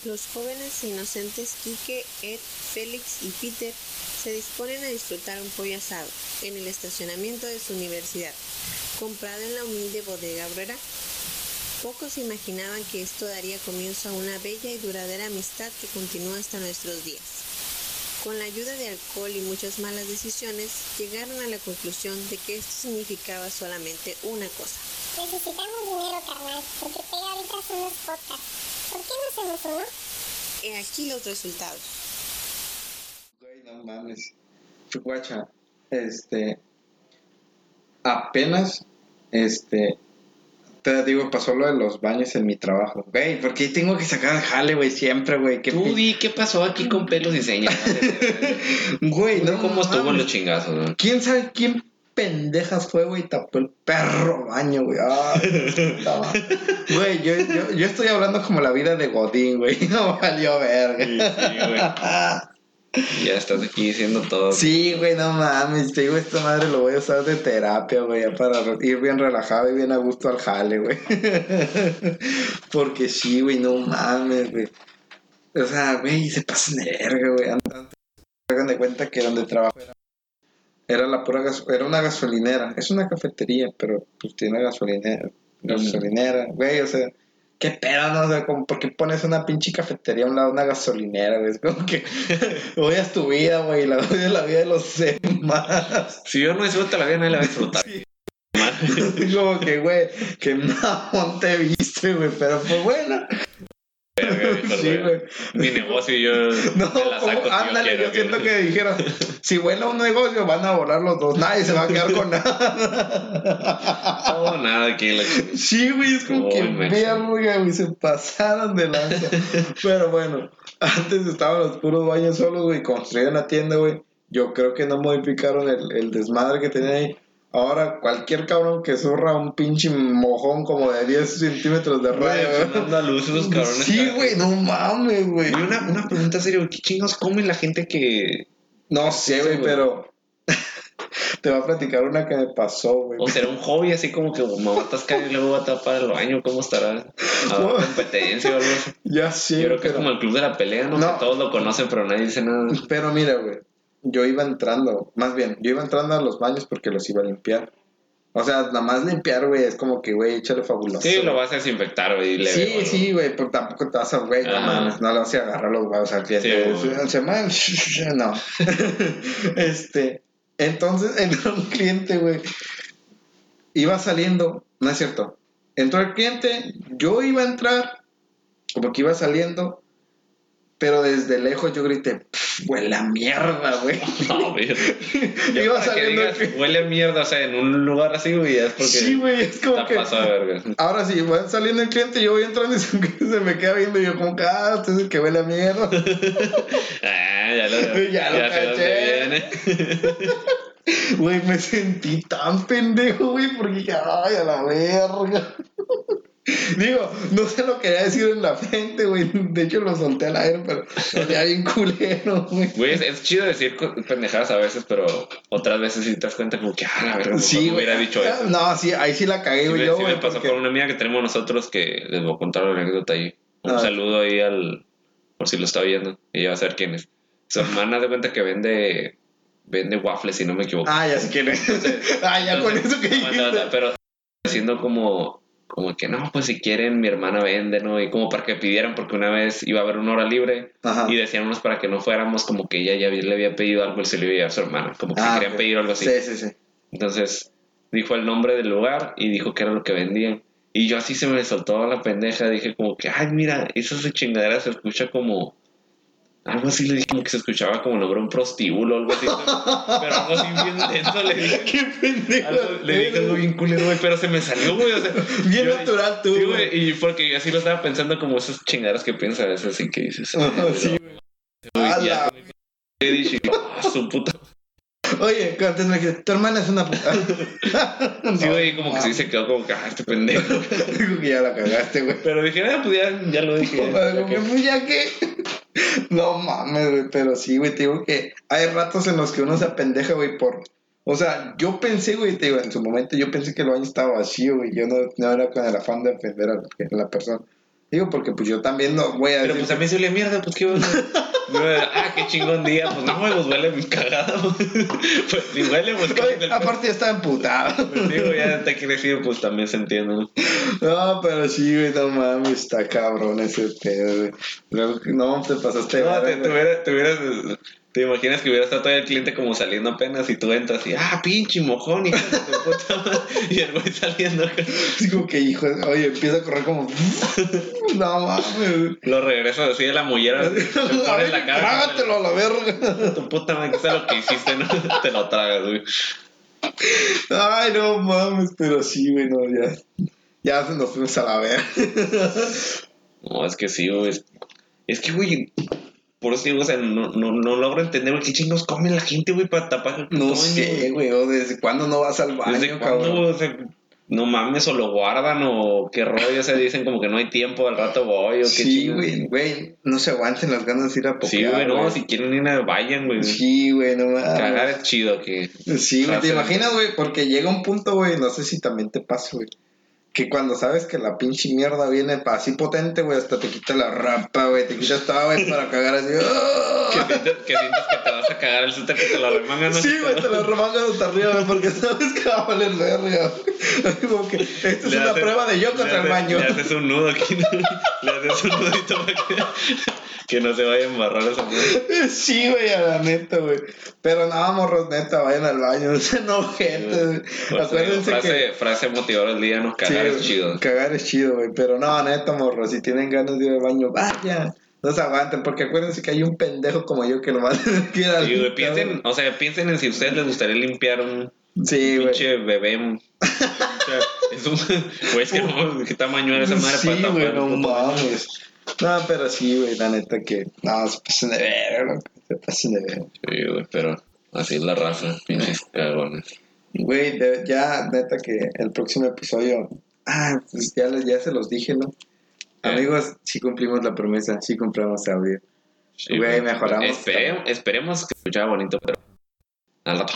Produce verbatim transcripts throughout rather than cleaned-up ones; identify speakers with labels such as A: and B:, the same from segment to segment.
A: Los jóvenes inocentes Quique, Ed, Félix y Peter se disponen a disfrutar un pollo asado en el estacionamiento de su universidad, comprado en la humilde bodega obrera. Pocos imaginaban que esto daría comienzo a una bella y duradera amistad que continúa hasta nuestros días. Con la ayuda de alcohol y muchas malas decisiones, llegaron a la conclusión de que esto significaba solamente una cosa.
B: Necesitamos dinero, carnal, porque pega ahorita son los podcasts. ¿Por qué no hacemos uno?
A: He aquí los resultados.
C: Güey, no mames. Chucuacha, este... Apenas, este... Te digo, pasó lo de los baños en mi trabajo. Güey, ¿por qué tengo que sacar al jale, güey? Siempre, güey.
D: Tú p- di, ¿qué pasó aquí con pelos y señas?
C: Güey, no
D: ¿Cómo
C: mames.
D: estuvo los chingazos, no?
C: ¿Quién sabe quién pendejas fue, güey? Tapó el perro baño, güey. Ah, güey, yo, yo, yo estoy hablando como la vida de Godín, güey. No valió verga.
D: Sí, sí, güey. Ya estás aquí diciendo todo.
C: Sí, güey, no mames. Te digo, esta madre lo voy a usar de terapia, güey. Para ir bien relajado y bien a gusto al jale, güey. Porque sí, güey, no mames, güey. O sea, güey, se pasan de verga, güey. Antes, hagan de cuenta que donde trabajo era, era la pura gas, era una gasolinera. Es una cafetería, pero pues tiene gasolinera. Gasolinera, güey, o sea, qué pedo, ¿no? O sea, como, ¿por qué pones una pinche cafetería a un lado de una gasolinera, güey? Es como que odias tu vida, güey, la odias la vida de los demás.
D: Si yo no disfruto la vida, nadie la va a disfrutar.
C: Sí. Como que, güey, que mamón te viste, güey, pero pues bueno.
D: Verga,
C: Sí, güey.
D: Mi negocio yo
C: No,
D: me la saco
C: como,
D: si
C: ándale,
D: yo,
C: yo,
D: quiero,
C: siento
D: que...
C: que dijeron, si vuela un negocio van a volar los dos, nadie se va a quedar con nada.
D: No, nada aquí. La...
C: Sí, güey, es como
D: Oh,
C: que
D: me-
C: vean, güey, se pasaron de lanza. Pero bueno, antes estaban los puros baños solos, güey, construyeron la tienda, güey. Yo creo que no modificaron el, el desmadre que tenían ahí. Ahora, cualquier cabrón que zurra un pinche mojón como de diez centímetros de radio,
D: Güey, dando a luz esos cabrones.
C: Sí, güey, no mames, güey.
D: Y una, una pregunta seria, ¿qué chingados come la gente que...
C: No sé, güey,
D: Sí, güey.
C: pero te voy a platicar una que me pasó, güey.
D: O será un hobby así como que me voy a atascar y luego voy a tapar el baño? ¿Cómo estará? ¿Habrá competencia o algo así?
C: Ya sé,
D: Yo creo que
C: pero,
D: es como el club de la pelea, ¿no?
C: No.
D: Que todos lo conocen pero nadie dice nada.
C: pero mira, güey, yo iba entrando, más bien, yo iba entrando a los baños porque los iba a limpiar. O sea, nada más limpiar, güey, es como que, güey, échale fabuloso.
D: Sí, lo vas a desinfectar, güey. y leve,
C: Sí,
D: güey.
C: sí, güey, pero tampoco te vas a, güey, no
D: Ah.
C: mames, no le vas a agarrar los huevos al cliente.
D: Sí, güey.
C: Se man, no. Este, entonces entró un cliente, güey, iba saliendo, no es cierto, entró el cliente, yo iba a entrar, como que iba saliendo, pero desde lejos yo grité, huele a mierda, güey.
D: No, güey. Ya
C: Iba
D: para que
C: saliendo
D: digas,
C: el-
D: huele a mierda, o sea, en un lugar así, güey, ya es porque
C: Sí, güey, es como
D: está
C: que...
D: pasado de verga.
C: Ahora sí, va saliendo el cliente, yo voy entrando y se me, se me queda viendo y yo como que, ah, usted es el que huele a mierda.
D: Ah, ya lo,
C: Ya lo
D: sé
C: caché.
D: dónde viene.
C: Güey, me sentí tan pendejo, güey, porque dije, ay, a la verga. Digo, no se lo quería decir en la frente, güey. De hecho, lo solté al aire, pero ya bien culero, güey.
D: Güey, es, es chido decir co- pendejadas a veces, pero otras veces sí te das cuenta como que, ah, la verga,
C: Sí,
D: sí,
C: güey.
D: hubiera dicho eso.
C: No, sí, ahí sí la cagué,
D: Sí,
C: güey.
D: me,
C: yo,
D: sí
C: güey,
D: me pasó
C: porque-
D: con una amiga que tenemos nosotros que les voy a contar la anécdota ahí. Un
C: A ver.
D: saludo ahí al, por si lo está viendo, ella va a saber quién es. Su hermana de cuenta que vende, vende waffles, si no me equivoco.
C: Ah, ya sé quién es. Ah, ya con
D: Entonces,
C: eso que
D: no,
C: dijiste.
D: no, no, pero haciendo como, como que no, pues si quieren mi hermana vende, ¿no? Y como para que pidieran, porque una vez iba a haber una hora libre
C: Ajá.
D: y decían unos para que no fuéramos, como que ella ya había- le había pedido algo y se le iba a llevar a su hermana, como que
C: Ah,
D: querían
C: ok.
D: pedir algo así.
C: Sí, sí, sí.
D: Entonces dijo el nombre del lugar y dijo que era lo que vendían. Y yo así se me soltó la pendeja, dije como que, ay, mira, esa chingadera se escucha como... Algo así le dije como que se escuchaba como nombre un prostíbulo o algo así. Pero algo así bien denso le dije.
C: Qué pendejo.
D: Algo- le dije algo bien culero, güey, pero se me salió, güey. O sea,
C: Bien
D: yo-
C: natural tú,
D: Sí,
C: güey.
D: güey, y porque yo así lo estaba pensando como esas chingaderas que piensas a veces así que dices.
C: Ajá,
D: "Ay,
C: sí,
D: güey,
C: A
D: y ya,
C: la-
D: y dije, ah, su puta.
C: Oye, antes me dijiste, tu hermana es una puta.
D: Sí, güey, como que sí se quedó como que, ah, este pendejo.
C: Digo que ya la cagaste, güey.
D: Pero dije, ah, pues ya, ya lo dije.
C: Como
D: ya
C: que,
D: que-
C: pues ya que. No mames, güey, pero sí, güey, te digo que hay ratos en los que uno se apendeja, güey, por... O sea, yo pensé, güey, te digo, en su momento yo pensé que el baño estaba vacío, güey, yo no, no era con el afán de ofender a la, a la persona. Digo, porque pues yo también no voy a
D: Pero
C: decir...
D: pues a mí se olía mierda, pues qué bueno. Ah, qué chingón día. Pues no, güey, pues huele mi cagada. Pues si huele, pues
C: Oye,
D: del...
C: aparte ya estaba emputado.
D: Pues digo, ya te crecido, pues también se entiende, ¿no?
C: No, pero sí, güey, no mames, está cabrón ese pedo, güey. Luego, no, te pasaste de
D: No, te,
C: verga,
D: te, hubieras, te hubieras... ¿Te imaginas que hubiera estado todo el cliente como saliendo apenas y tú entras y, ah, pinche mojón, hijo de tu puta madre", y el güey saliendo acá.
C: así como que, hijo, oye, empieza a correr como... No mames.
D: Lo regresas así de la mollera, te pones la cara.
C: Trágatelo a la verga.
D: Tu puta madre, ¿qué es lo que hiciste? ¿No? Te lo tragas, güey.
C: Ay, no mames, pero sí, güey, no, ya. Ya se nos fuimos a la verga.
D: No, es que sí, güey. Es, es que, güey, por eso digo, o sea, no, no, no logro entender, güey, qué chingos come la gente, güey, para tapar el
C: No
D: puto
C: sé,
D: baño,
C: güey, o desde cuándo no vas al baño,
D: ¿Desde
C: cabrón.
D: cuándo, o sea, no mames, o lo guardan, o qué rollo, o sea, dicen como que no hay tiempo, al rato voy, o qué
C: Sí,
D: chingos.
C: güey, güey, no se aguanten las ganas de ir a pokear.
D: Sí, güey, no, si quieren ir a vayan, güey.
C: Sí, güey, no mames.
D: Cagar es chido, que...
C: Sí, güey, te
D: Frase.
C: imaginas, güey, porque llega un punto, güey, no sé si también te pasa, güey, que cuando sabes que la pinche mierda viene pa- así potente, güey, hasta te quita la rampa, güey, te quitas todo, güey, para cagar así. ¡Oh!
D: Que sientes, que sientes que te vas a cagar el susto que te lo remangan, ¿no?
C: Sí, güey, te la remangas hasta arriba, güey, porque sabes que va a valer verga, güey. Como que esta es
D: Le
C: una
D: haces-
C: prueba de yo
D: le
C: contra el
D: haces-
C: baño.
D: Le haces un nudo aquí, ¿no? Le haces un nudito para que, que no se vaya a embarrar esa madre.
C: Sí, güey, a la neta, güey. Pero no, morros, neta, vayan al baño, no sean ojetes, güey.
D: Pues,
C: Acuérdense
D: frase,
C: que...
D: frase motivadora del día, ¿no? Cagar
C: Sí,
D: es
C: güey,
D: chido.
C: Cagar es chido, güey. Pero no, neta, morro, si tienen ganas de ir al baño, vaya. No se aguanten, porque acuérdense que hay un pendejo como yo que lo va a tener que ir al
D: Sí, güey,
C: baño.
D: piensen, o sea, piensen en si a ustedes les gustaría limpiar un
C: Sí, güey.
D: pinche bebé. un- O sea, es un... Güey, es que no, ¿qué tamaño era esa madre
C: Sí,
D: para tapar
C: güey,
D: el
C: no
D: puto baño?
C: mames. No, pero sí, güey, la neta que... No, se pasen de ver, loco. Se pasen de ver.
D: Sí, güey, pero así es la raza, pinches cagones.
C: Güey, de- ya, neta que el próximo episodio... Ah, pues ya, les- ya se los dije, ¿no?
D: Eh.
C: Amigos, sí cumplimos la promesa, sí compramos audio.
D: Sí,
C: Güey, mejoramos.
D: Espere- esperemos que escuchaba bonito, pero... Al rato...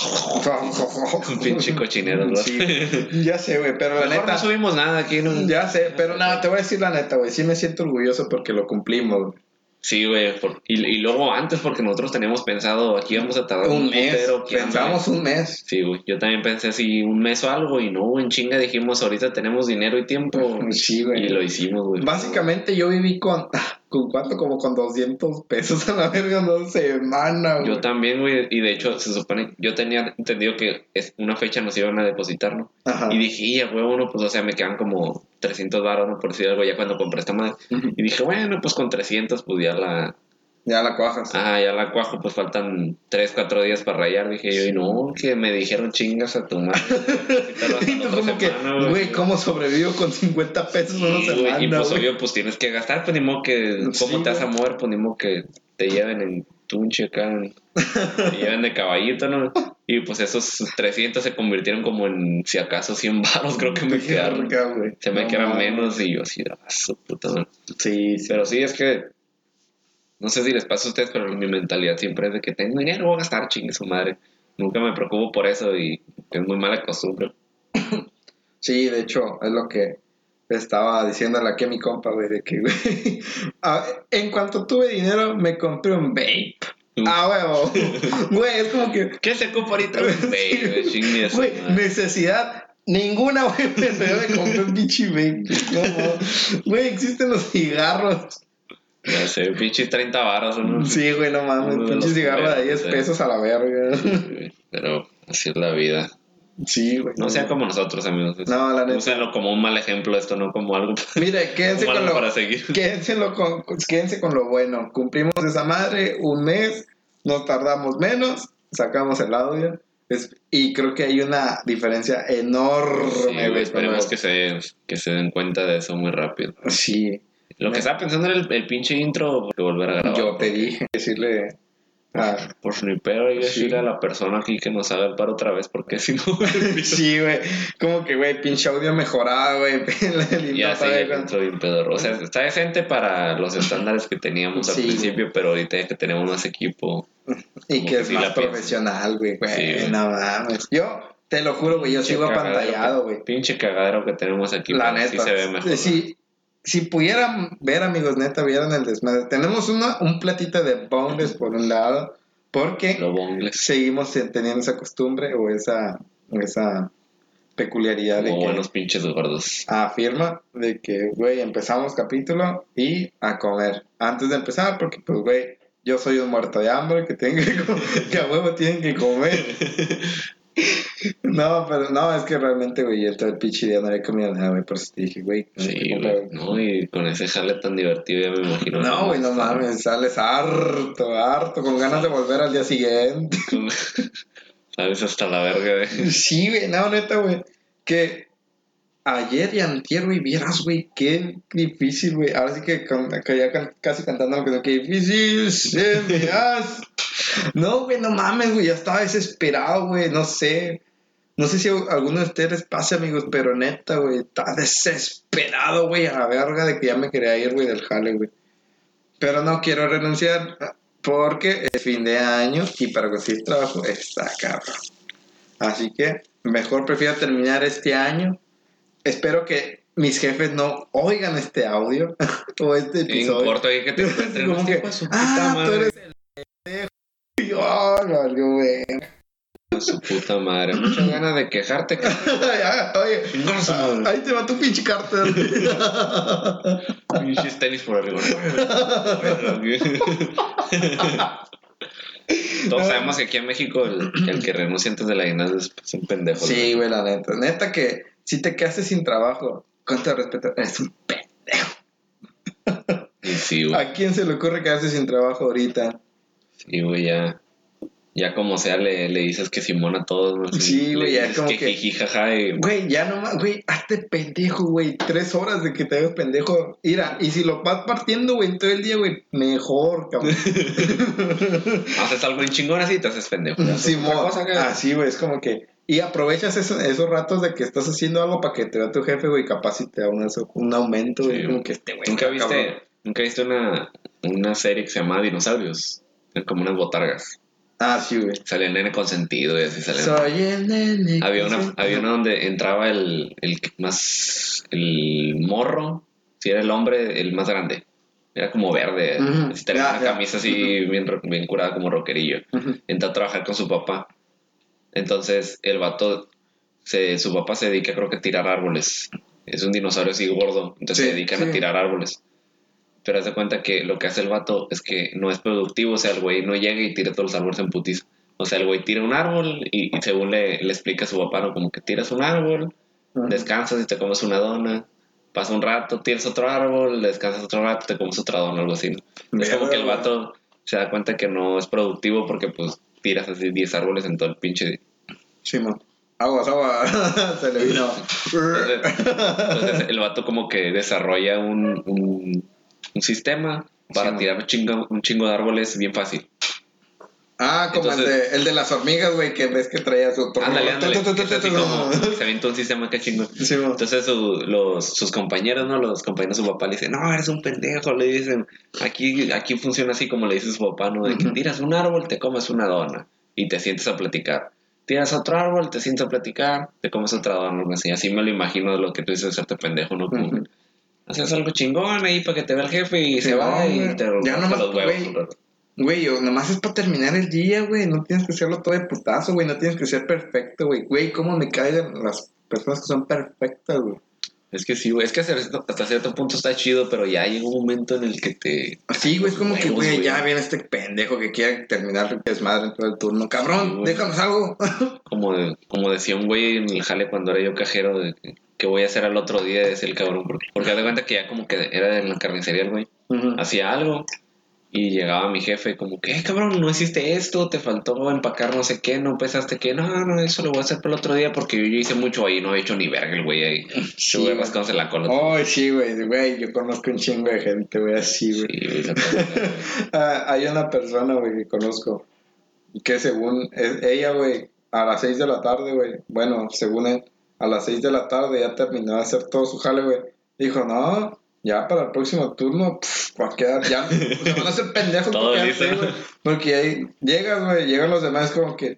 D: Un pinche cochinero, ¿no?
C: Sí, ya sé, güey, pero la
D: Mejor
C: neta...
D: no subimos nada aquí, ¿no?
C: Ya sé, pero nada, te voy a decir la neta, güey. Sí me siento orgulloso porque lo cumplimos, güey.
D: Sí, güey. por- Y, y luego antes, porque nosotros teníamos pensado, aquí vamos a tardar
C: Un mes.
D: putero, que
C: Pensamos
D: ándale.
C: un mes.
D: Sí, güey. Yo también pensé así un mes o algo y no, en chinga dijimos, ahorita tenemos dinero y tiempo.
C: Sí, güey.
D: Y lo hicimos, güey.
C: Básicamente yo viví con... ¿Con cuánto? Como con doscientos pesos a la verga una semana, güey.
D: Yo también, güey. Y de hecho, se supone, yo tenía entendido que es una fecha nos iban a depositar, ¿no?
C: Ajá.
D: Y dije, ya, güey, uno, pues, o sea, me quedan como trescientos baros, ¿no? Por decir algo, ya cuando compré esta madre.
C: Ujú.
D: Y dije, bueno, pues con trescientos, pues ya la...
C: Ya la cuajas.
D: Ah, ya la cuajo, pues faltan tres, cuatro días para rayar. Dije yo, y no, que me dijeron chingas a tu madre.
C: Y tú como que, güey, ¿cómo sobrevivo con cincuenta pesos una
D: Sí, güey,
C: semana,
D: y pues
C: güey?
D: obvio, pues tienes que gastar, pues ni modo que, ¿cómo
C: Sí,
D: te vas a
C: güey.
D: mover? Pues ni modo que te lleven en tunche acá, en- te lleven de caballito, ¿no? Y pues esos trescientos se convirtieron como en, si acaso, cien baros, creo que me quedaron.
C: Verga, güey.
D: Se me
C: No
D: quedaron
C: mames.
D: menos y yo así, ah, su puta madre.
C: Sí, sí.
D: Pero sí, es que no sé si les pasa a ustedes, pero mi mentalidad siempre es de que tengo dinero, voy a gastar, chingue su madre. Nunca me preocupo por eso y es muy mala costumbre.
C: Sí, de hecho, es lo que estaba diciéndole aquí a mi compa, güey, de que, güey, a- en cuanto tuve dinero, me compré un vape.
D: Mm.
C: Ah, huevo. Güey, es como que,
D: ¿Qué se ocupa ahorita? Güey, chingue su
C: güey,
D: madre.
C: necesidad ninguna, güey, pero me compré un pinche vape. No, no. Güey, existen los cigarros.
D: Ya sé, pinche treinta varos, ¿no?
C: Sí, güey, no mames,
D: Uno de
C: pinche
D: los
C: cigarro de
D: primeros,
C: diez
D: sí.
C: pesos a la verga.
D: Sí, pero así es la vida.
C: Sí, güey.
D: No sean como nosotros, amigos.
C: No, la neta.
D: Úsenlo como un mal ejemplo, esto no como algo,
C: Mire, quédense
D: como
C: con
D: algo
C: lo...
D: para seguir.
C: Quédense, lo con, quédense con lo bueno. Cumplimos esa madre un mes, nos tardamos menos, sacamos el audio. Es- y creo que hay una diferencia
D: Sí,
C: enorme,
D: güey,
C: güey.
D: esperemos
C: con
D: que se, que se den cuenta de eso muy rápido.
C: lo- Sí,
D: Lo que estaba pensando era el, el pinche intro de volver a grabar.
C: yo te dije. Decirle... a-
D: Pues ni pedo, hay que
C: Sí.
D: decirle a la persona aquí que nos haga el paro otra vez, porque si no...
C: sí, güey. Como que, güey, pinche audio mejorado, güey. El
D: Ya
C: intro
D: sí,
C: está
D: el
C: bien.
D: intro bien pedorro. O sea, está decente para los estándares que teníamos al
C: Sí,
D: principio, pero ahorita ya que tenemos más equipo...
C: Y
D: como
C: que
D: que
C: es
D: sí
C: más
D: la pienso.
C: profesional, güey. Güey,
D: Sí, güey.
C: no mames. Yo te lo juro, güey, yo
D: pinche
C: sigo
D: cagadero
C: apantallado,
D: que-
C: güey.
D: Pinche cagadero que tenemos aquí,
C: La
D: pero sí
C: neta.
D: se ve mejor.
C: Sí, si pudieran ver, amigos, neta, vieran el desmadre. Tenemos una, un platito de boneless por un lado, porque
D: Lo boneless.
C: seguimos teniendo esa costumbre o esa, esa peculiaridad de
D: Como
C: que
D: buenos pinches gordos.
C: afirma de que, güey, empezamos capítulo y a comer. Antes de empezar, porque, pues, güey, yo soy un muerto de hambre que, tienen que, co- que a huevo tienen que comer. No, pero no, es que realmente, güey, yo todo el pinche día no había comido nada, güey, por eso te dije, güey, no sé
D: Sí,
C: qué
D: güey.
C: comprar.
D: No, y con ese jale tan divertido ya me imagino.
C: No, güey, no mames, sales harto, harto, con ganas de volver al día siguiente.
D: Sabes hasta la verga, güey.
C: Sí, güey, no, neta, güey, que ayer y antier, güey, vieras, güey, qué difícil, güey. Ahora sí que, con, que ya can- casi cantando, que qué difícil se me hace. No, güey, no mames, güey, ya estaba desesperado, güey, no sé. No sé si a alguno de ustedes les pase, amigos, pero neta, güey, estaba desesperado, güey, a la verga de que ya me quería ir, güey, del jale, güey. Pero no quiero renunciar porque es fin de año y para conseguir trabajo está cabrón. Así que mejor prefiero terminar este año. Espero que mis jefes no oigan este audio o este
D: Sí,
C: episodio.
D: no importa que te encuentren.
C: Como que,
D: Hijo de su puta
C: ah, tú
D: madre.
C: eres el pendejo. Y yo, ah, valió, güey.
D: A su puta madre. Muchas ganas de quejarte. Que...
C: Oye,
D: Chingón a su madre.
C: ahí te va tu pinche carta.
D: Pinches tenis por arriba. Todos sabemos que aquí en México el, el que renuncia antes de la aguinaldo es pues, un pendejo.
C: Sí, güey, la neta. Neta que si te quedaste sin trabajo, con todo respeto, eres un pendejo.
D: Y sí, güey.
C: ¿A quién se le ocurre quedarse sin trabajo ahorita?
D: Sí, güey, ya. Ya como sea le, le dices que Simón a todos, ¿no?
C: Sí, güey,
D: Le
C: ya
D: dices
C: como
D: que
C: que-
D: jiji, jaja, y...
C: Güey, ya nomás, güey, hazte pendejo, güey. Tres horas de que te hagas pendejo. Mira, y si lo vas partiendo, güey, todo el día, güey, mejor, cabrón.
D: Haces algo en chingón así y te haces pendejo. Ya,
C: Sí,
D: otra cosa que-
C: así, güey, es como que... Y aprovechas eso- esos ratos de que estás haciendo algo para que te vea tu jefe, güey, capaz si te da un, un aumento, güey,
D: Sí,
C: como
D: güey.
C: que este, güey.
D: ¿Nunca
C: está cabrón.
D: viste, ¿Nunca viste una, una serie que se llama Dinosaurios? Como unas botargas.
C: Ah, sí, güey.
D: Sale el nene consentido y así sale.
C: Soy el nene.
D: Había una,
C: consentido.
D: había una donde entraba el, el que más, el morro, si era el hombre, el más grande. Era como verde,
C: Ujú.
D: así tenía
C: Ya,
D: una
C: ya.
D: camisa así bien, ro- bien curada como rockerillo.
C: Ujú.
D: Entró a trabajar con su papá. Entonces el vato, se, su papá se dedica creo que a tirar árboles. Es un dinosaurio así gordo, entonces
C: Sí,
D: se dedican
C: sí.
D: a tirar árboles. Pero haz de cuenta que lo que hace el vato es que no es productivo, o sea, el güey no llega y tira todos los árboles en putiza. O sea, el güey tira un árbol y, y según le, le explica a su papá, ¿no? Como que tiras un árbol,
C: Ujú.
D: descansas y te comes una dona, pasa un rato, tiras otro árbol, descansas otro rato, te comes otra dona, algo así, ¿no? Es como
C: Verga,
D: que el
C: güey.
D: vato se da cuenta que no es productivo porque pues tiras así diez árboles en todo el pinche...
C: Simón. Aguas, aguas. Se le vino.
D: Entonces, entonces el vato como que desarrolla un, un, un sistema para
C: Sí,
D: tirar un chingo, un chingo de árboles bien fácil.
C: Ah, como
D: Entonces-
C: el, de, el de las hormigas, güey, que ves que traía su...
D: Ándale, ándale. que es así como se avienta un sistema que chingón.
C: Simón.
D: Entonces su- los, sus compañeros, ¿no? Los compañeros de su papá le dicen, no, eres un pendejo, le dicen, aquí, aquí funciona así como le dice su papá, ¿no? De que
C: Ujú.
D: tiras un árbol, te comes una dona y te sientes a platicar. Tiras otro árbol, te sientes a platicar, te comes otra dona, algo así. Así me lo imagino de lo que tú dices, hacerte pendejo, ¿no? Como
C: Ujú.
D: haces algo chingón ahí para que te vea el jefe y se
C: Sí,
D: va
C: no,
D: y
C: güey.
D: te
C: Ya
D: rasca
C: nomás,
D: los huevos.
C: güey.
D: un rato.
C: Güey, yo, nomás es para terminar el día, güey. No tienes que hacerlo todo de putazo, güey. No tienes que ser perfecto, güey. Güey, cómo me caen las personas que son perfectas, güey.
D: Es que sí, güey. Es que hasta cierto, hasta cierto punto está chido, pero ya llega un momento en el que te...
C: Sí, güey, es como que,
D: Huevos,
C: güey,
D: güey.
C: ya viene este pendejo que quiere terminar el desmadre en todo el turno. Cabrón,
D: Sí, güey.
C: déjanos algo.
D: Como, de- como decía un güey en el jale cuando era yo cajero, de que, ¿qué voy a hacer al otro día? Decía el cabrón. Porque, porque haz de cuenta que ya como que era en la carnicería el güey. Hacía algo y llegaba mi jefe como que, eh, cabrón, no hiciste esto, te faltó empacar no sé qué, no pensaste que, no, no, eso lo voy a hacer para el otro día porque yo, yo hice mucho ahí, no he hecho ni verga el güey ahí.
C: Sí,
D: Se güey
C: güey.
D: rascándose la cola.
C: Ay, sí, güey, güey, yo conozco un chingo de gente, güey, así, güey.
D: Sí, güey, se pasa, güey.
C: Ah, hay una persona, güey, que conozco, que según es- ella, güey, a las seis de la tarde, güey, bueno, según él, a las seis de la tarde ya terminó de hacer todo su jale, güey. Dijo, no, ya para el próximo turno, pff, va a quedar, ya, se van a hacer pendejos
D: Todo
C: porque, ya
D: listo.
C: sé, güey, porque ahí llegas, güey, llegan los demás como que,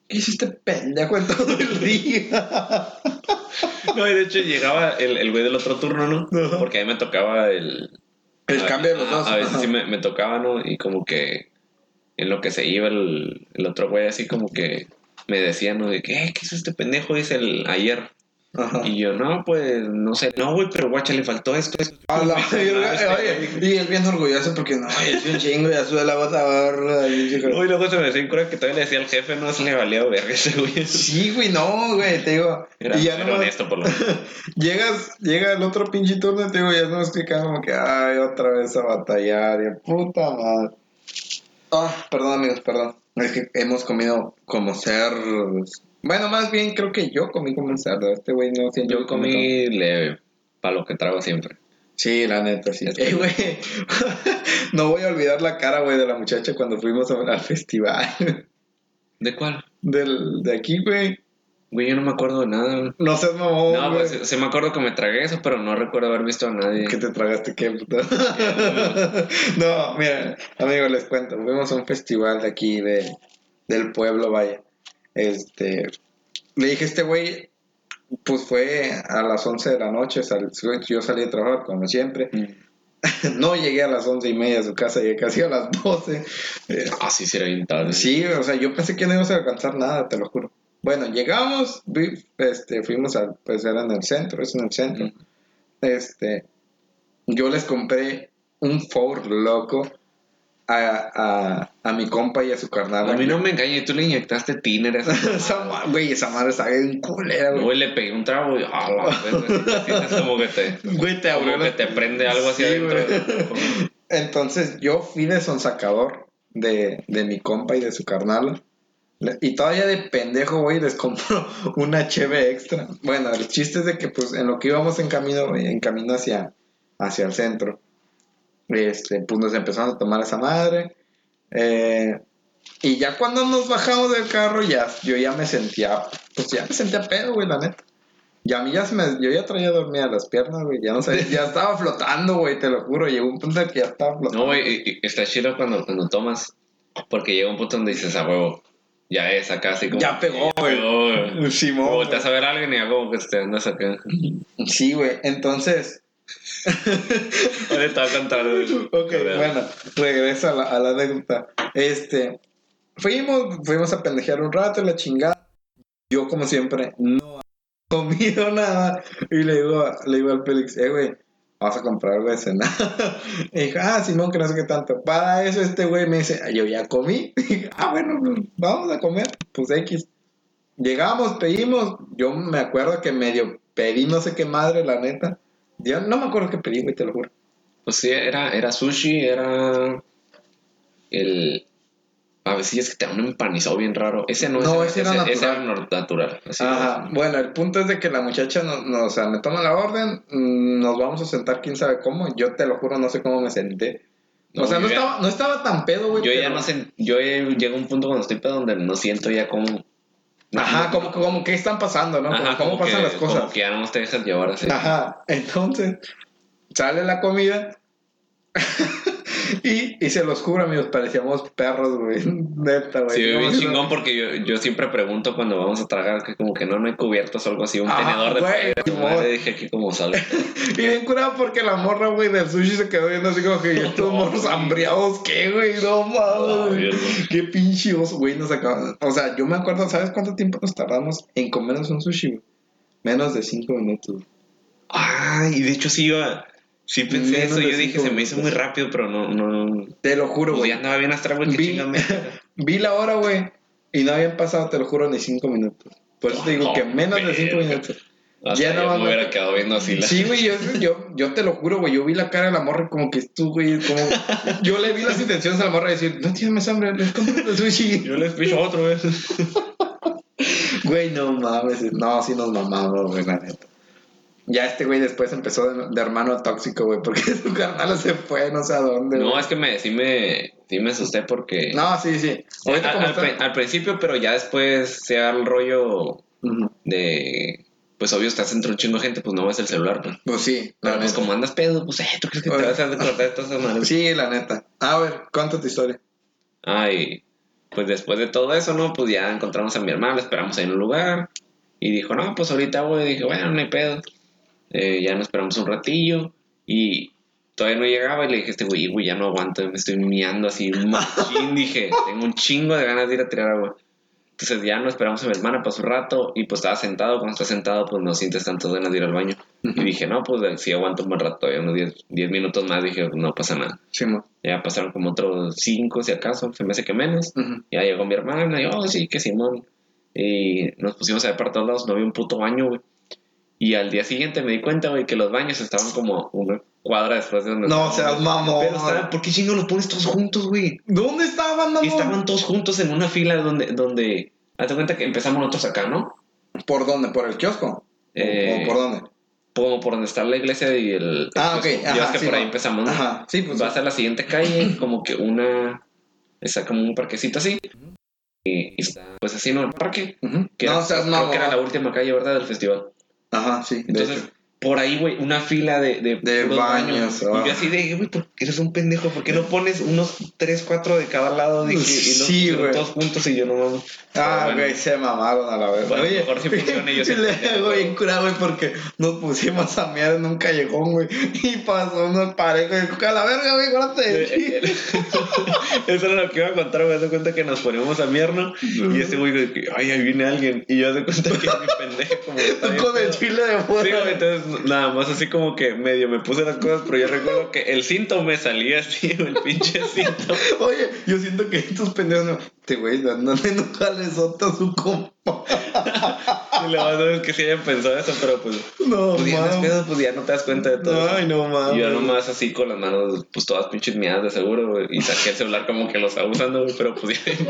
C: ¿qué hiciste pendejo en todo el día?
D: No, y de hecho llegaba el, el güey del otro turno, ¿no?
C: Ajá.
D: Porque a mí me tocaba el...
C: El
D: a,
C: cambio de los
D: a-
C: dos.
D: A veces
C: Ajá.
D: sí me, me tocaba, ¿no? Y como que en lo que se iba el, el otro güey así como que me decía, ¿no? De que, eh, ¿qué hizo este pendejo? Dice el ayer.
C: Ajá.
D: Y yo, no, pues, no sé. No, güey, pero guacha, le faltó esto, esto.
C: A la
D: esto,
C: verga,
D: este,
C: oye,
D: güey.
C: y él bien orgulloso porque no, es un chingo, ya sube la bota barra. Y dijo,
D: Uy, luego se me decía cura que todavía le decía al jefe, no, se le valía verga ese güey.
C: sí, güey, no, güey, te digo.
D: Era,
C: y ya
D: era
C: nomás
D: honesto, por lo menos.
C: llegas, llega el otro pinche turno y te digo, ya no estoy quedando como que, ay, otra vez a batallar, y puta madre. Ah, perdón, amigos, perdón. Es que hemos comido como cerdos. Bueno, más bien creo que yo comí como un cerdo. Este güey no siento
D: Yo
C: que come
D: comí leve, para lo que trago siempre.
C: Sí, la neta, sí.
D: Es que-
C: Eh, güey, no voy a olvidar la cara, güey, de la muchacha cuando fuimos a- al festival.
D: ¿De cuál?
C: Del, de aquí, güey.
D: Güey, yo no me acuerdo de nada.
C: No seas mamón,
D: No,
C: güey.
D: pues se me acuerdo que me tragué eso, pero no recuerdo haber visto a nadie.
C: ¿Qué te tragaste? ¿Qué puto? No, mira, amigos, les cuento. Fuimos a un festival de aquí, de, del pueblo, vaya. Este, le dije a este güey, pues fue a las once de la noche. Sal, yo salí de trabajar, como siempre. No llegué a las once y media a su casa, llegué casi a las doce. Eh,
D: Ah, sí, sí, era bien tarde.
C: Sí, o sea, yo pensé que no íbamos a alcanzar nada, te lo juro. Bueno, llegamos, vi- este, fuimos al, pues era en el centro, es en el centro.
D: Mm.
C: Este, yo les compré un Ford loco a, a, a mi compa y a su carnal.
D: A mí no me engañes, tú le inyectaste tiner a esa.
C: Esa ma- güey, esa madre está bien culera,
D: No,
C: güey.
D: güey, le pegué un trago y ah, la verga, sí, es como que te,
C: Güey, te abrió
D: como
C: la-
D: que te prende algo así
C: Sí,
D: adentro.
C: güey. Entonces yo fui de sonsacador de, de mi compa y de su carnal. Le- Y todavía de pendejo, güey, les compro una cheve extra. Bueno, el chiste es de que, pues, en lo que íbamos en camino, güey, en camino hacia, hacia el centro, este, pues nos empezamos a tomar esa madre. Eh, y ya cuando nos bajamos del carro, ya, yo ya me sentía, pues ya me sentía pedo, güey, la neta. Y a mí ya se me, yo ya traía dormidas las piernas, güey, ya no sé, ya estaba flotando, güey, te lo juro, llegó un punto en el que ya estaba flotando.
D: No, güey, y- y está chido cuando, cuando tomas, porque llega un punto donde dices, a huevo, ya es acá así como...
C: Ya pegó,
D: ya
C: güey.
D: pegó, güey.
C: Simón,
D: O
C: güey.
D: volteas a ver a alguien y ya como que te andas acá.
C: Sí, güey, entonces...
D: Oye, te voy a contar. güey.
C: Ok,
D: A ver.
C: bueno, regreso a la, a la anécdota. Este, fuimos, fuimos a pendejear un rato, la chingada. Yo, como siempre, no he comido nada. Y le digo, le digo al Félix, eh, güey, vamos a comprar algo de cenar. Y dijo, ah, Simón, que no sé qué tanto. Para eso, este güey me dice, "Ah, yo ya comí." Y dije, ah, bueno, pues, vamos a comer. Pues X. Llegamos, pedimos. Yo me acuerdo que medio pedí no sé qué madre, la neta. Ya no me acuerdo qué pedí, güey, te lo juro.
D: Pues sí, era, era sushi, era el... A ver si es que te da un empanizado bien raro. Ese no,
C: No,
D: ese,
C: ese era
D: ese
C: natural.
D: era natural. Así
C: Ajá,
D: ¿no?
C: bueno, el punto es de que la muchacha no, no, o sea, me toma la orden, mm, nos vamos a sentar quién sabe cómo, yo te lo juro, no sé cómo me senté. O
D: No,
C: sea, no
D: yo ya-
C: estaba, no estaba tan pedo, güey.
D: Yo ya
C: pero-
D: no sé, yo he- llego a un punto cuando estoy pedo donde no siento ya cómo...
C: Ajá, como, como que están pasando, ¿no?
D: Ajá,
C: como, cómo
D: como
C: pasan
D: que-
C: las cosas.
D: Como que ya no te dejas llevar así.
C: Ajá, entonces, sale la comida. y, y se los juro, amigos, parecíamos perros, güey. Neta, güey.
D: Sí,
C: No,
D: bien
C: no.
D: chingón porque yo, yo siempre pregunto cuando vamos a tragar que como que no, no hay cubiertos o algo así, un
C: Ah,
D: tenedor de
C: güey,
D: freír.
C: Simón.
D: Madre, dije aquí como sale.
C: Y bien curado porque la morra, güey, del sushi se quedó viendo así como que "¿Y estos morros hambriados, ¿qué, güey? No mames.
D: Ay, no.
C: Qué pinche oso, güey, nos acaban. O sea, yo me acuerdo, ¿sabes cuánto tiempo nos tardamos en comernos un sushi, güey? Menos de cinco minutos.
D: Ay, y de hecho sí iba, sí pensé
C: Menos
D: eso,
C: de
D: yo dije
C: cinco
D: se me hizo
C: minutos.
D: muy rápido, pero no, no,
C: Te lo juro,
D: pues
C: güey.
D: ya andaba bien astral, güey, que
C: Vi,
D: chingame.
C: vi la hora, güey, y no habían pasado, te lo juro, ni cinco minutos. Por eso te digo
D: No,
C: que menos de cinco
D: verga.
C: minutos.
D: Hasta
C: Ya
D: yo
C: no
D: me
C: me-
D: hubiera quedado viendo así la...
C: Sí, güey, yo, yo, yo te lo juro, güey. Yo vi la cara de la morra como que tú, güey, como. Yo le vi las intenciones a la morra de decir, no tienes más hambre, les compro el sushi.
D: Yo les picho otro, güey.
C: Güey, no mames. No, sí nos mamamos, güey, la neta. Ya este güey después empezó de, de hermano tóxico, güey, porque su carnal se fue, no sé a dónde.
D: No,
C: güey.
D: es que me, sí me, sí me asusté porque...
C: No, sí, sí. Ahorita
D: al,
C: como
D: al
C: está.
D: pri- al principio, pero ya después sea el rollo
C: Ujú.
D: de... Pues obvio, estás entre un chingo de gente, pues no ves el celular, pues.
C: Pues sí, la
D: Pero pues
C: neta.
D: como andas pedo, pues, eh, ¿tú crees que te
C: Oye.
D: vas a recordar de todas esas madres?
C: Sí, la neta. A ver, cuéntate tu historia.
D: Ay, pues después de todo eso, ¿no? Pues ya encontramos a mi hermana, la esperamos ahí en un lugar. Y dijo, no, pues ahorita, güey. Dije, bueno, no hay pedo. Eh, ya nos esperamos un ratillo. Y todavía no llegaba. Y le dije, este güey, güey, ya no aguanto. Me estoy miando así un machín. Dije, tengo un chingo de ganas de ir a tirar agua. Entonces ya no esperamos a mi hermana, pasó un rato. Y pues estaba sentado. Cuando estás sentado, pues no sientes tantas ganas de ir al baño. Uh-huh. Y dije, no, pues sí aguanto un buen rato. Todavía unos diez minutos más. Dije, no pasa nada.
C: Sí, no.
D: Ya pasaron como otros cinco, si acaso. Se me hace que menos. Uh-huh. Ya llegó mi hermana. Y yo, oh, sí, que Simón. Y nos pusimos a ver para todos lados. No había un puto baño, güey. Y al día siguiente me di cuenta, güey, que los baños estaban como una cuadra después de donde...
C: No, o sea, mamón.
D: Pero estaban, ¿por qué chingo los pones todos juntos, güey?
C: ¿Dónde estaban, mamón?
D: Estaban todos juntos en una fila donde... donde hazte cuenta que empezamos nosotros acá, ¿no?
C: ¿Por dónde? ¿Por el kiosco?
D: Eh,
C: ¿O por dónde?
D: Como por donde está la iglesia y el... el
C: ah, ok.
D: Ajá, ya es que sí, por ahí empezamos, ¿no?
C: Ajá, sí, pues...
D: Vas
C: sí.
D: a la siguiente calle, como que una... Está como un parquecito así. Y, y está, pues así, ¿no? El parque. Uh-huh. Que
C: no,
D: era,
C: o sea,
D: creo
C: no,
D: que era la última calle, ¿verdad? Del festival.
C: Ajá, sí.
D: Entonces,
C: de hecho.
D: Por ahí, güey, una fila de, de,
C: de baños. baños.
D: Oh. Y yo así de, güey, eres un pendejo, ¿por qué no pones unos tres, cuatro de cada lado? Dije,
C: sí,
D: y
C: güey.
D: Todos juntos y yo no mames.
C: Ah, güey, bueno, se mamaron a la vez.
D: Bueno,
C: oye,
D: mejor si funciona y yo
C: sí le hago bien curado, güey, porque nos pusimos a mirar en un callejón, güey, y pasó unos parejos y dijo, a la verga, güey, guárdate.
D: Eso era lo que iba a contar, güey. Me doy cuenta que nos ponemos a mierno y ese güey, ay, ahí viene alguien. Y yo me doy cuenta que es mi pendejo.
C: Tú con el chile de fuera.
D: Sí, güey, entonces nada más así como que medio me puse las cosas, pero yo recuerdo que el cinto me salía así, el pinche cinto.
C: Oye, yo siento que estos pendejos no. Este güey, dándole no jales otra su compa.
D: Y la verdad es que sí hayan pensado eso, pero pues.
C: No,
D: pues ya, no pedo, pues ya no te das cuenta de todo.
C: Ay, no mames.
D: Y yo nomás así con las manos, pues todas pinches miadas de seguro, güey. Y saqué el celular como que lo estaba usando, güey, pero pues ya.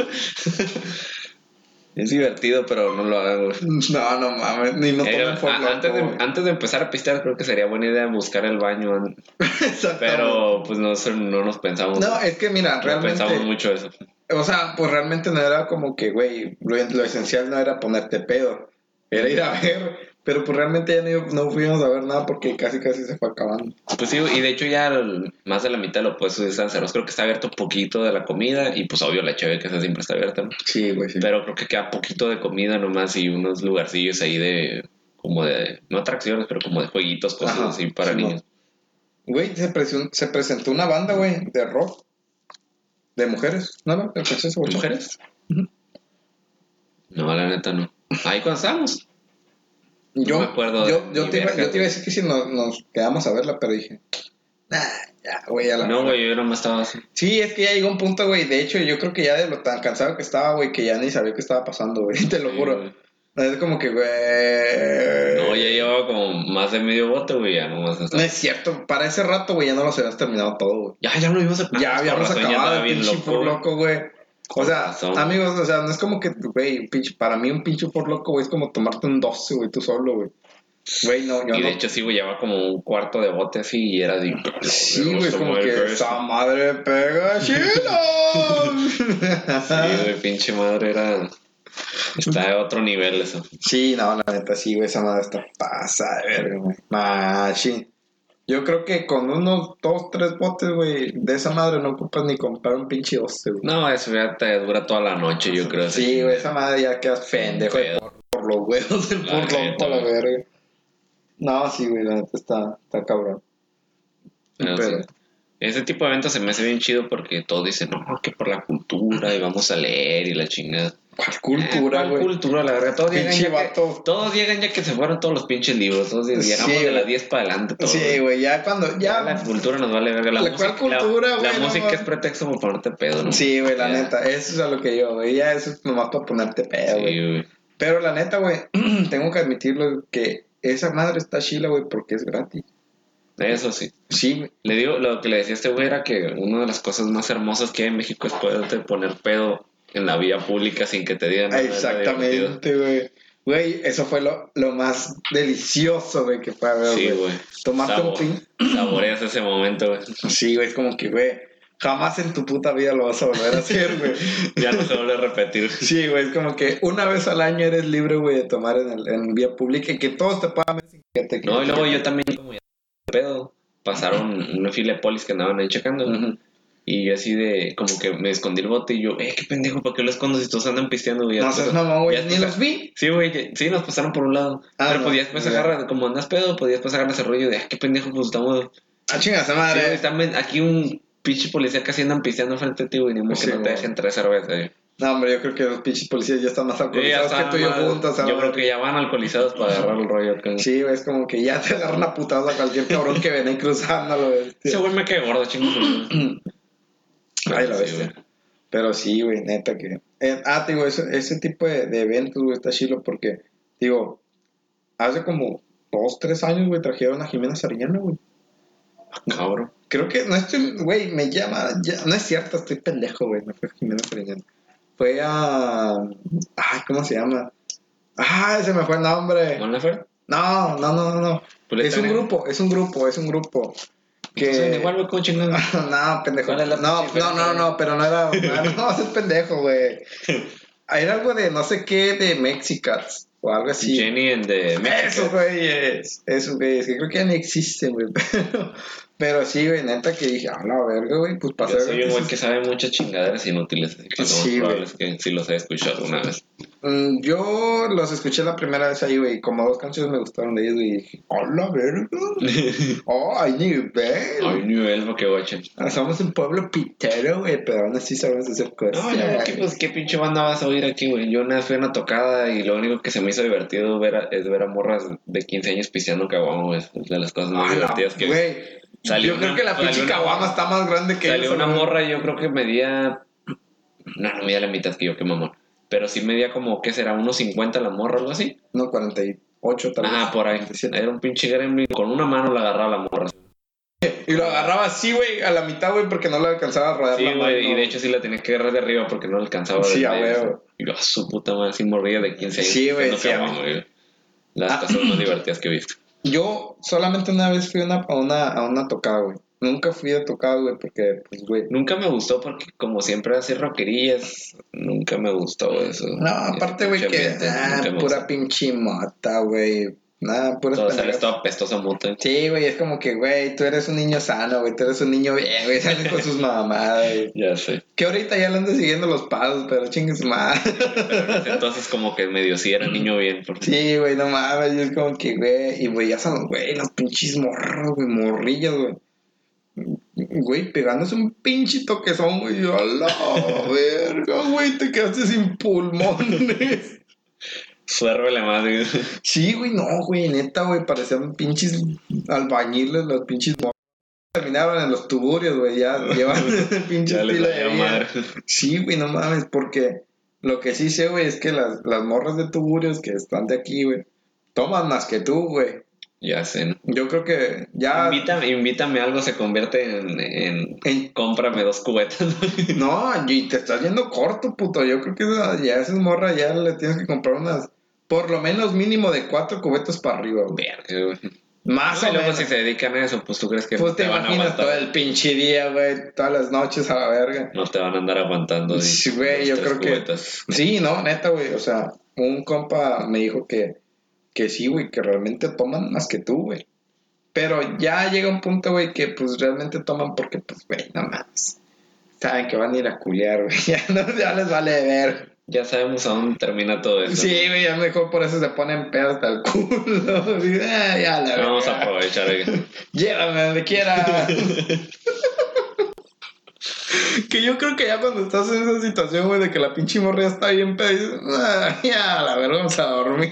D: Es divertido, pero no lo hagan, güey.
C: No, no mames, ni no tomen
D: eh,
C: por loco,
D: antes, de, antes de empezar a pistear, creo que sería buena idea buscar el baño. Pero pues no, no nos pensamos.
C: No, es que mira,
D: no
C: realmente.
D: pensamos mucho eso.
C: O sea, pues realmente no era como que, güey, lo, lo esencial no era ponerte pedo. Era ir a ver. Pero pues realmente ya no, no fuimos a ver nada porque casi casi se fue acabando.
D: Pues sí, y de hecho ya el, más de la mitad de los puestos están cerrados. Creo que está abierto un poquito de la comida y pues obvio la cheve que esa siempre está abierta, ¿no?
C: Sí, güey, sí.
D: Pero creo que queda poquito de comida nomás y unos lugarcillos ahí de, como de, no atracciones, pero como de jueguitos, cosas Ajá, así para sí, niños.
C: Güey, se, presen, se presentó una banda, güey, de rock. De mujeres, ¿no? ¿No? ¿De
D: mujeres? Uh-huh. No, la neta no. Ahí cuando estábamos.
C: Yo,
D: no me acuerdo
C: yo, yo, te iba, yo te iba a decir que si nos, nos quedamos a verla, pero dije, nah, ya, güey, ya la.
D: No, güey, yo no me estaba así.
C: Sí, es que ya llegó un punto, güey. De hecho, yo creo que ya de lo tan cansado que estaba, güey, que ya ni sabía qué estaba pasando, güey. Te lo sí, juro. Güey. Es como que, güey.
D: No, ya llevaba como más de medio bote, güey, ya nomás.
C: No es cierto, para ese rato, güey, ya no los habías terminado todo, güey.
D: Ya, ya no íbamos a.
C: Ya habíamos acabado el pinche por loco, güey. O sea, razón. Amigos, o sea, no es como que, güey, para mí un pinche por loco, güey, es como tomarte un doce, güey, tú solo, güey. Güey, no, yo
D: y de
C: no.
D: hecho sí, güey, llevaba como un cuarto de bote así y era de...
C: Sí, güey, es como que esa madre pega chilo.
D: Sí, güey, pinche madre era... Está de otro nivel eso.
C: Sí, no, la neta sí, güey, esa madre está pasa de verga, güey. Machi. Yo creo que con unos dos, tres botes, güey, de esa madre no ocupas ni comprar un pinche doce, güey.
D: No, eso ya te dura toda la noche, yo creo.
C: Sí, güey, esa madre ya quedas pendejo por, por los huevos del por loco, la verga. No, sí, güey, la neta está, está cabrón.
D: Pero, Pero... Sí. Ese tipo de eventos se me hace bien chido porque todos dicen, no, que por la cultura y vamos a leer y la chingada.
C: ¿Cuál cultura, güey?
D: Eh, ¿Cuál cultura? La verdad, todos llegan, ya que, todos llegan ya que se fueron todos los pinches libros. Todos llegamos sí, de las diez para adelante. Todos,
C: sí, güey, ya cuando... Ya,
D: ya la cultura nos vale verga. La,
C: la
D: música,
C: cultura,
D: la,
C: güey,
D: la
C: no,
D: música no, es pretexto como para ponerte pedo, ¿no?
C: Sí, güey, la ya. neta. Eso es a lo que yo, güey. Ya eso es nomás para ponerte pedo, güey.
D: Sí, güey.
C: Pero la neta, güey, tengo que admitirlo que esa madre está chila, güey, porque es gratis.
D: Eso sí.
C: Sí.
D: Le digo, lo que le decía a este güey era que una de las cosas más hermosas que hay en México es poderte poner pedo en la vía pública sin que te digan
C: nada. Exactamente, güey. Güey, eso fue lo, lo más delicioso, güey, que fue a ver, güey.
D: Sí, güey.
C: Tomarte
D: Sabor,
C: un pin.
D: Saboreas ese momento, güey.
C: Sí, güey, es como que, güey, jamás en tu puta vida lo vas a volver a hacer, güey.
D: Ya no se vuelve a repetir.
C: Sí, güey, es como que una vez al año eres libre, güey, de tomar en, el, en vía pública y que todos te puedan ver sin que te...
D: No, y luego yo también, como ya pedo, pasaron una fila de polis que andaban ahí checando, uh-huh. Y yo así de, como que me escondí el bote y yo, eh, qué pendejo, ¿para qué lo escondo si todos andan pisteando, güey?
C: No seas mamón, güey,
D: ya
C: ni
D: después-
C: los vi.
D: Sí, güey, ya- sí, nos pasaron por un lado.
C: Ah,
D: pero
C: no,
D: pues ya después
C: ya.
D: agarra, como andas pedo, pues ya después agarra ese rollo de, ah, qué pendejo, pues estamos...
C: Ah, chinga, esa
D: Sí, güey,
C: madre.
D: están ven- aquí un pinche policía casi andan pisteando frente a ti, güey, ni modo
C: Sí,
D: que no te
C: güey.
D: dejen tres cervezas, güey.
C: No, hombre, yo creo que los pinches policías ya están más
D: Sí, ya
C: alcoholizados
D: están
C: que tú y yo
D: más-
C: juntos.
D: Yo
C: ¿sabes?
D: creo que ya van alcoholizados para agarrar el rollo acá.
C: Sí, güey, es como que ya te agarran a putados a cualquier cabrón que ven ahí cruzándolo, güey.
D: Ese güey me cae gordo, chingo.
C: Ay, la
D: Sí,
C: bestia.
D: güey.
C: Pero sí, güey, neta que... eh, ah, te digo, ese, ese tipo de, de eventos, güey, está chilo porque, digo, hace como dos, tres años, güey, trajeron a Jimena Sariñana, güey.
D: Cabrón.
C: Creo que, no estoy, güey, me llama, ya- no es cierto, estoy pendejo, güey, no fue Jimena Sariñana. Fue a... Ay, ¿cómo se llama? Ay, se me fue el nombre.
D: ¿Mon Laferte?
C: No, no, no, no, no.
D: Pues le
C: Es un
D: traen-
C: grupo, es un grupo, es un grupo. Que...
D: Son igual, güey, como chingón.
C: No, pendejo.
D: ¿Cuál es la
C: No,
D: pinche
C: no, no,
D: diferencia?
C: no, pero no era. No, no, es pendejo, güey. Era algo de no sé qué de Mexicats o algo así.
D: Jenny and the
C: Eso,
D: Mexican.
C: güey, es. Eso, güey. Es que creo que ya ni existen, güey. Pero, pero sí, güey, neta que dije, a la verga, güey, pues pasó.
D: Yo soy un güey que sabe muchas chingaderas inútiles, así que lo más
C: Sí,
D: probable
C: güey.
D: es que sí los he escuchado alguna vez.
C: Mm, yo los escuché la primera vez ahí, güey. Como dos canciones me gustaron de ellos, güey. Y dije, a la verga. Oh, hay nivel.
D: Hay nivel para que guachen.
C: Ah, somos un pueblo pitero, güey, pero aún así sabemos hacer cosas.
D: No, yo creo que, pues, ¿qué pinche banda vas a oír aquí, güey? Yo una vez fui a una tocada y lo único que se me hizo divertido ver a- es ver a morras de quince años pisteando caguamo, güey. Es de las cosas más
C: Ah,
D: divertidas
C: no,
D: que
C: güey.
D: Salió
C: Yo creo
D: una-
C: que la
D: salió
C: pinche
D: una-
C: caguama está más grande que
D: Salió
C: ellos,
D: una
C: güey.
D: morra y yo creo que medía... No, no medía la mitad que yo, qué mamón. Pero sí medía como, ¿qué será? ¿Unos cincuenta la morra o algo así?
C: No, cuarenta y ocho tal vez.
D: Ajá, por ahí.
C: cuarenta y siete.
D: Era un pinche gremlin. Con una mano la agarraba la morra.
C: Y lo agarraba así, güey, a la mitad, güey, porque no le alcanzaba a rodar
D: Sí,
C: la mano.
D: güey, y de hecho sí la tenía que agarrar de arriba porque no le alcanzaba.
C: Sí,
D: de-
C: a
D: de-
C: huevo.
D: Y yo, a su puta madre, sí morría de quince años.
C: Sí, güey,
D: pisteando
C: sí, a
D: caguamo,
C: mí.
D: güey. Las
C: Ah.
D: cosas más divertidas que he visto.
C: Yo solamente una vez fui a una, a una, a una tocada, güey. Nunca fui a tocada, güey, porque, pues, güey.
D: Nunca me gustó porque como siempre hace rockerillas, nunca me gustó eso.
C: No, aparte, güey,
D: Pinche
C: que.
D: ambiente,
C: Ah,
D: nunca me
C: pura
D: gustó.
C: pinche mota, güey. Nada, puras
D: Todo sale
C: pendejadas.
D: todo apestoso mota.
C: Sí, güey, es como que, güey, tú eres un niño sano, güey, tú eres un niño bien, güey, sales con sus mamadas, güey.
D: Ya sé.
C: Que ahorita ya le ando siguiendo los pasos, pero chingues más.
D: Pero en ese entonces como que medio sí era niño bien. Porque...
C: Sí, güey, no mames, y es como que, güey, y güey, ya son, güey, los pinches morros, güey, morrillas, güey. Güey, pegándose un pinche toquezón, güey, yo, a la verga, güey, te quedaste sin pulmones.
D: Suérvele más, güey.
C: Sí, güey, no, güey, neta, güey, parecían pinches albañiles, los pinches morros. Terminaban en los tuburios, güey, ya llevan el pinche
D: Ya les
C: estilo de
D: valió
C: vida.
D: madre.
C: Sí, güey, no mames, porque lo que sí sé, güey, es que las, las morras de tuburios que están de aquí, güey, toman más que tú, güey.
D: Ya sé, ¿no?
C: Yo creo que ya...
D: Invítame, invítame algo, se convierte en, en
C: en-
D: cómprame dos cubetas.
C: No, y te estás yendo corto, puto. Yo creo que esa- ya esas morras ya le tienes que comprar unas, por lo menos mínimo de cuatro cubetas para arriba, güey.
D: Verga, güey.
C: Más
D: No,
C: o
D: y luego
C: menos.
D: si se dedican a eso, pues tú crees que
C: Pues
D: no
C: te
D: te van a
C: imaginas todo
D: aguantar.
C: el pinche día, güey, todas las noches a la verga.
D: No te van a andar aguantando.
C: Sí,
D: y-
C: güey,
D: dos,
C: yo
D: tres
C: creo que...
D: cubetas.
C: Sí, no, neta, güey, o sea, un compa me dijo que, que sí, güey, que realmente toman más que tú, güey. Pero ya llega un punto, güey, que pues realmente toman porque, pues, güey, no mames. Saben que van a ir a culiar, güey, ya, no, ya les vale de ver.
D: Ya sabemos a dónde termina todo eso.
C: Sí, güey, ya mejor por eso se ponen pedos hasta el culo. Así, ah, ya la
D: Vamos a
C: verga.
D: aprovechar. oiga.
C: Llévame donde quiera. Que yo creo que ya cuando estás en esa situación, güey, de que la pinche morra está bien peda, dices, ah, ya, la verdad, vamos a dormir.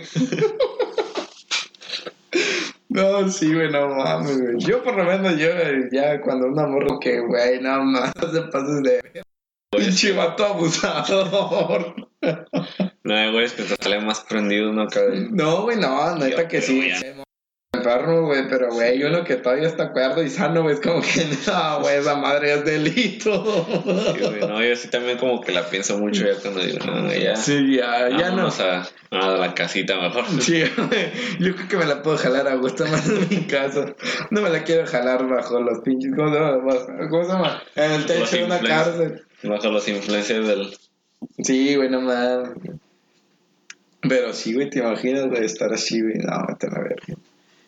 C: No, sí, güey, no mames, güey. Yo por lo menos, yo eh, ya cuando una morra que, güey, no mames, no se pases de pinche vato abusador.
D: No, güey, es que te sale más prendido, ¿no? Acá de-
C: No, güey, no, neta
D: Yo,
C: que
D: pero
C: sí.
D: ya-
C: Enfermo, güey, pero, güey, uno que todavía está cuerdo y sano, güey, es como que, no, güey, esa madre es delito.
D: Sí, güey, no, yo sí también como que la pienso mucho ya cuando digo, no, ya.
C: Sí, ya, ya no.
D: Vámonos a, a la casita mejor.
C: Sí, güey, yo creo que me la puedo jalar a gusto más en mi casa. No me la quiero jalar bajo los pinches, ¿cómo se llama? ¿Cómo se llama? En el techo
D: Los
C: de una
D: influencers.
C: cárcel.
D: Bajo los influencers del...
C: Sí, güey, no mames. Pero sí, güey, te imaginas, güey, estar así, güey, no, vete a la verga.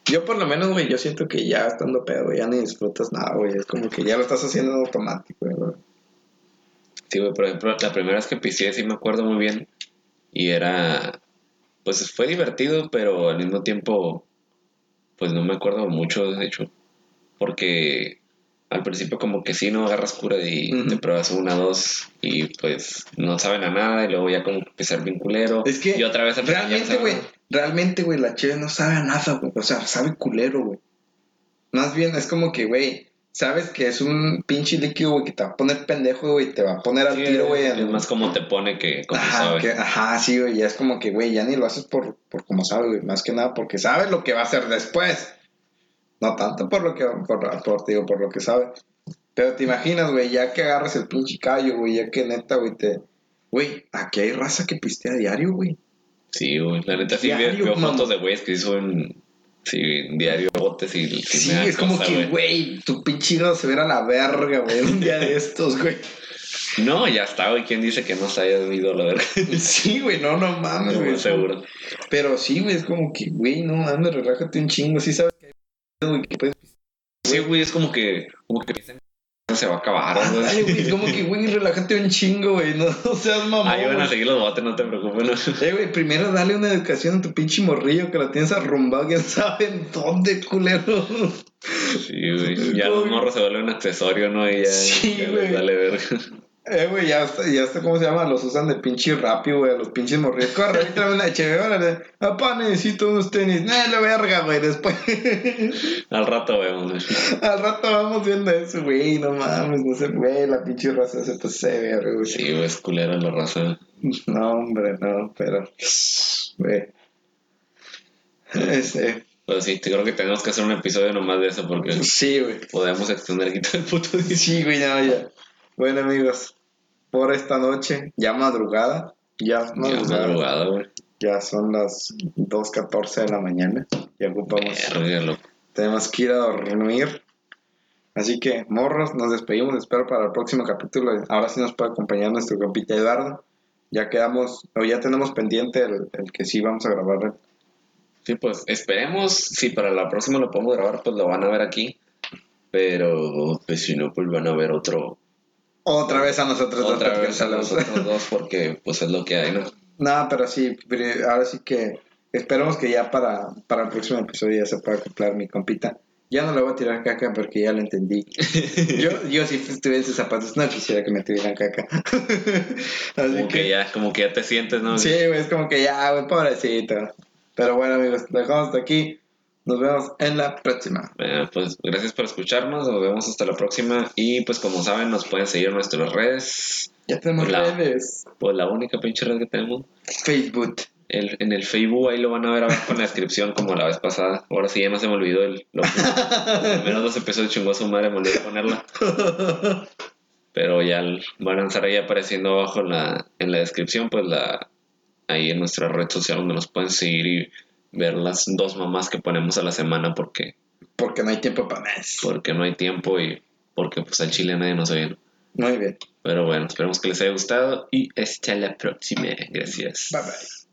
C: Yo por lo menos, güey, yo siento que ya estando pedo, güey, ya ni disfrutas nada, güey. Es como que ya lo estás haciendo en automático, güey.
D: Sí, güey, por ejemplo, la primera vez que pisé sí me acuerdo muy bien. Y era... Pues fue divertido, pero al mismo tiempo... Pues no me acuerdo mucho, de hecho. Porque al principio como que sí, no agarras cura y
C: Ujú.
D: te pruebas una, dos y pues no saben a nada y luego ya como que empieza a ser bien culero.
C: Es que
D: y otra vez al final ya
C: realmente,
D: saben
C: güey,
D: nada.
C: realmente, güey, la cheve no sabe a nada, güey. O sea, sabe culero, güey. Más bien es como que, güey, sabes que es un pinche líquido, güey, que te va a poner pendejo, güey, te va a poner al
D: Sí,
C: tiro, güey.
D: es
C: en-
D: más como te pone que como
C: Ajá,
D: sabe.
C: que, ajá, sí, güey, ya es como que, güey, ya ni lo haces por, por como sabe, güey, más que nada porque sabes lo que va a hacer después. No tanto por lo que, por, por, digo, por lo que sabe. Pero te imaginas, güey, ya que agarras el pinche callo, güey, ya que neta, güey, te... Güey, aquí hay raza que pistea a diario, güey.
D: Sí, güey, la neta sí veo,
C: Diario,
D: veo
C: mamá.
D: fotos de güeyes que suben sí, diario botes y sí
C: Sí,
D: me da
C: es como
D: cosa,
C: que, güey, tu pinche hígado se verá a la verga, güey, un día de estos, güey.
D: No, ya está, güey, ¿quién dice que no se haya ido la verga?
C: Sí, güey, no, no mames,
D: No,
C: güey.
D: más seguro.
C: Pero sí, güey, es como que, güey, no mames, relájate un chingo, sí sabes que hay güey, que puedes...
D: Sí, güey, es como que como que piensan que se va a acabar,
C: Ah, dale, güey, es
D: güey.
C: como que, güey, relájate un chingo, güey, no, no seas mamón,
D: Ahí van a
C: güey.
D: seguir los botes, no te preocupes, ¿no?
C: Eh, güey, primero dale una educación a tu pinche morrillo que la tienes arrumbado, quién sabe en dónde, culero.
D: Sí, güey. Ya
C: Como
D: los
C: que-
D: morros se vuelven un accesorio, ¿no? Y ya,
C: Sí,
D: ya
C: güey.
D: les vale verga.
C: Eh, güey, ya está, ya está, ¿cómo se llama? Los usan de pinche rápido, güey, a los pinches morrillos. Corre, ahorita una chévere, órale. Papá, necesito unos tenis. No, la verga, güey, después.
D: Al rato vemos, güey.
C: Al rato vamos viendo eso, güey, no mames, no sé, güey, la pinche raza se pasa de verga, güey.
D: Sí, güey, es culera la raza.
C: No, hombre, no, pero, güey. Este,
D: Pero sí, te creo que tenemos que hacer un episodio nomás de eso porque
C: sí, güey.
D: podemos extender aquí todo el puto día.
C: Sí, güey, no, ya. Bueno, amigos, por esta noche, ya madrugada, ya es
D: Ya
C: madrugada,
D: madrugada, güey.
C: ya son las dos catorce de la mañana, ya ocupamos,
D: Verga, loco.
C: tenemos que ir a dormir. Así que, morros, nos despedimos, espero para el próximo capítulo. Ahora sí nos puede acompañar nuestro compita Eduardo. Ya quedamos, o ya tenemos pendiente el, el que sí vamos a grabar.
D: Sí, pues esperemos, si para la próxima lo podemos grabar, pues lo van a ver aquí. Pero, pues si no, pues van a ver otro.
C: Otra vez a nosotros dos.
D: Otra vez a
C: saludos.
D: nosotros dos porque, pues es lo que hay, ¿no?
C: No, pero sí, pero ahora sí que esperemos que ya para, para el próximo episodio ya se pueda acoplar mi compita. Ya no le voy a tirar caca porque ya lo entendí. Yo, yo si estuviera en sus zapatos no quisiera que me tiraran caca. Así
D: Como que ya, como que ya te sientes, ¿no?
C: Sí, güey, es como que ya, güey, pobrecito. Pero bueno, amigos, lo dejamos hasta aquí. Nos vemos en la próxima.
D: Bueno, pues gracias por escucharnos, nos vemos hasta la próxima y pues como saben nos pueden seguir en nuestras redes,
C: Ya tenemos
D: Hola.
C: redes.
D: pues la única pinche red que tenemos,
C: Facebook.
D: el, en el Facebook ahí lo van a ver abajo en la descripción como la vez pasada, ahora sí ya no se me olvidó el, lo, los primeros dos episodios chingó a su madre, me olvidé ponerla, pero ya el- van a estar ahí apareciendo abajo en la, en la descripción pues la, ahí en nuestra red social donde nos pueden seguir y ver las dos mamás que ponemos a la semana porque
C: Porque no hay tiempo para más.
D: porque no hay tiempo y porque pues al chile nadie nos oye.
C: Muy bien.
D: Pero bueno, esperemos que les haya gustado y hasta la próxima. Gracias.
C: Bye bye.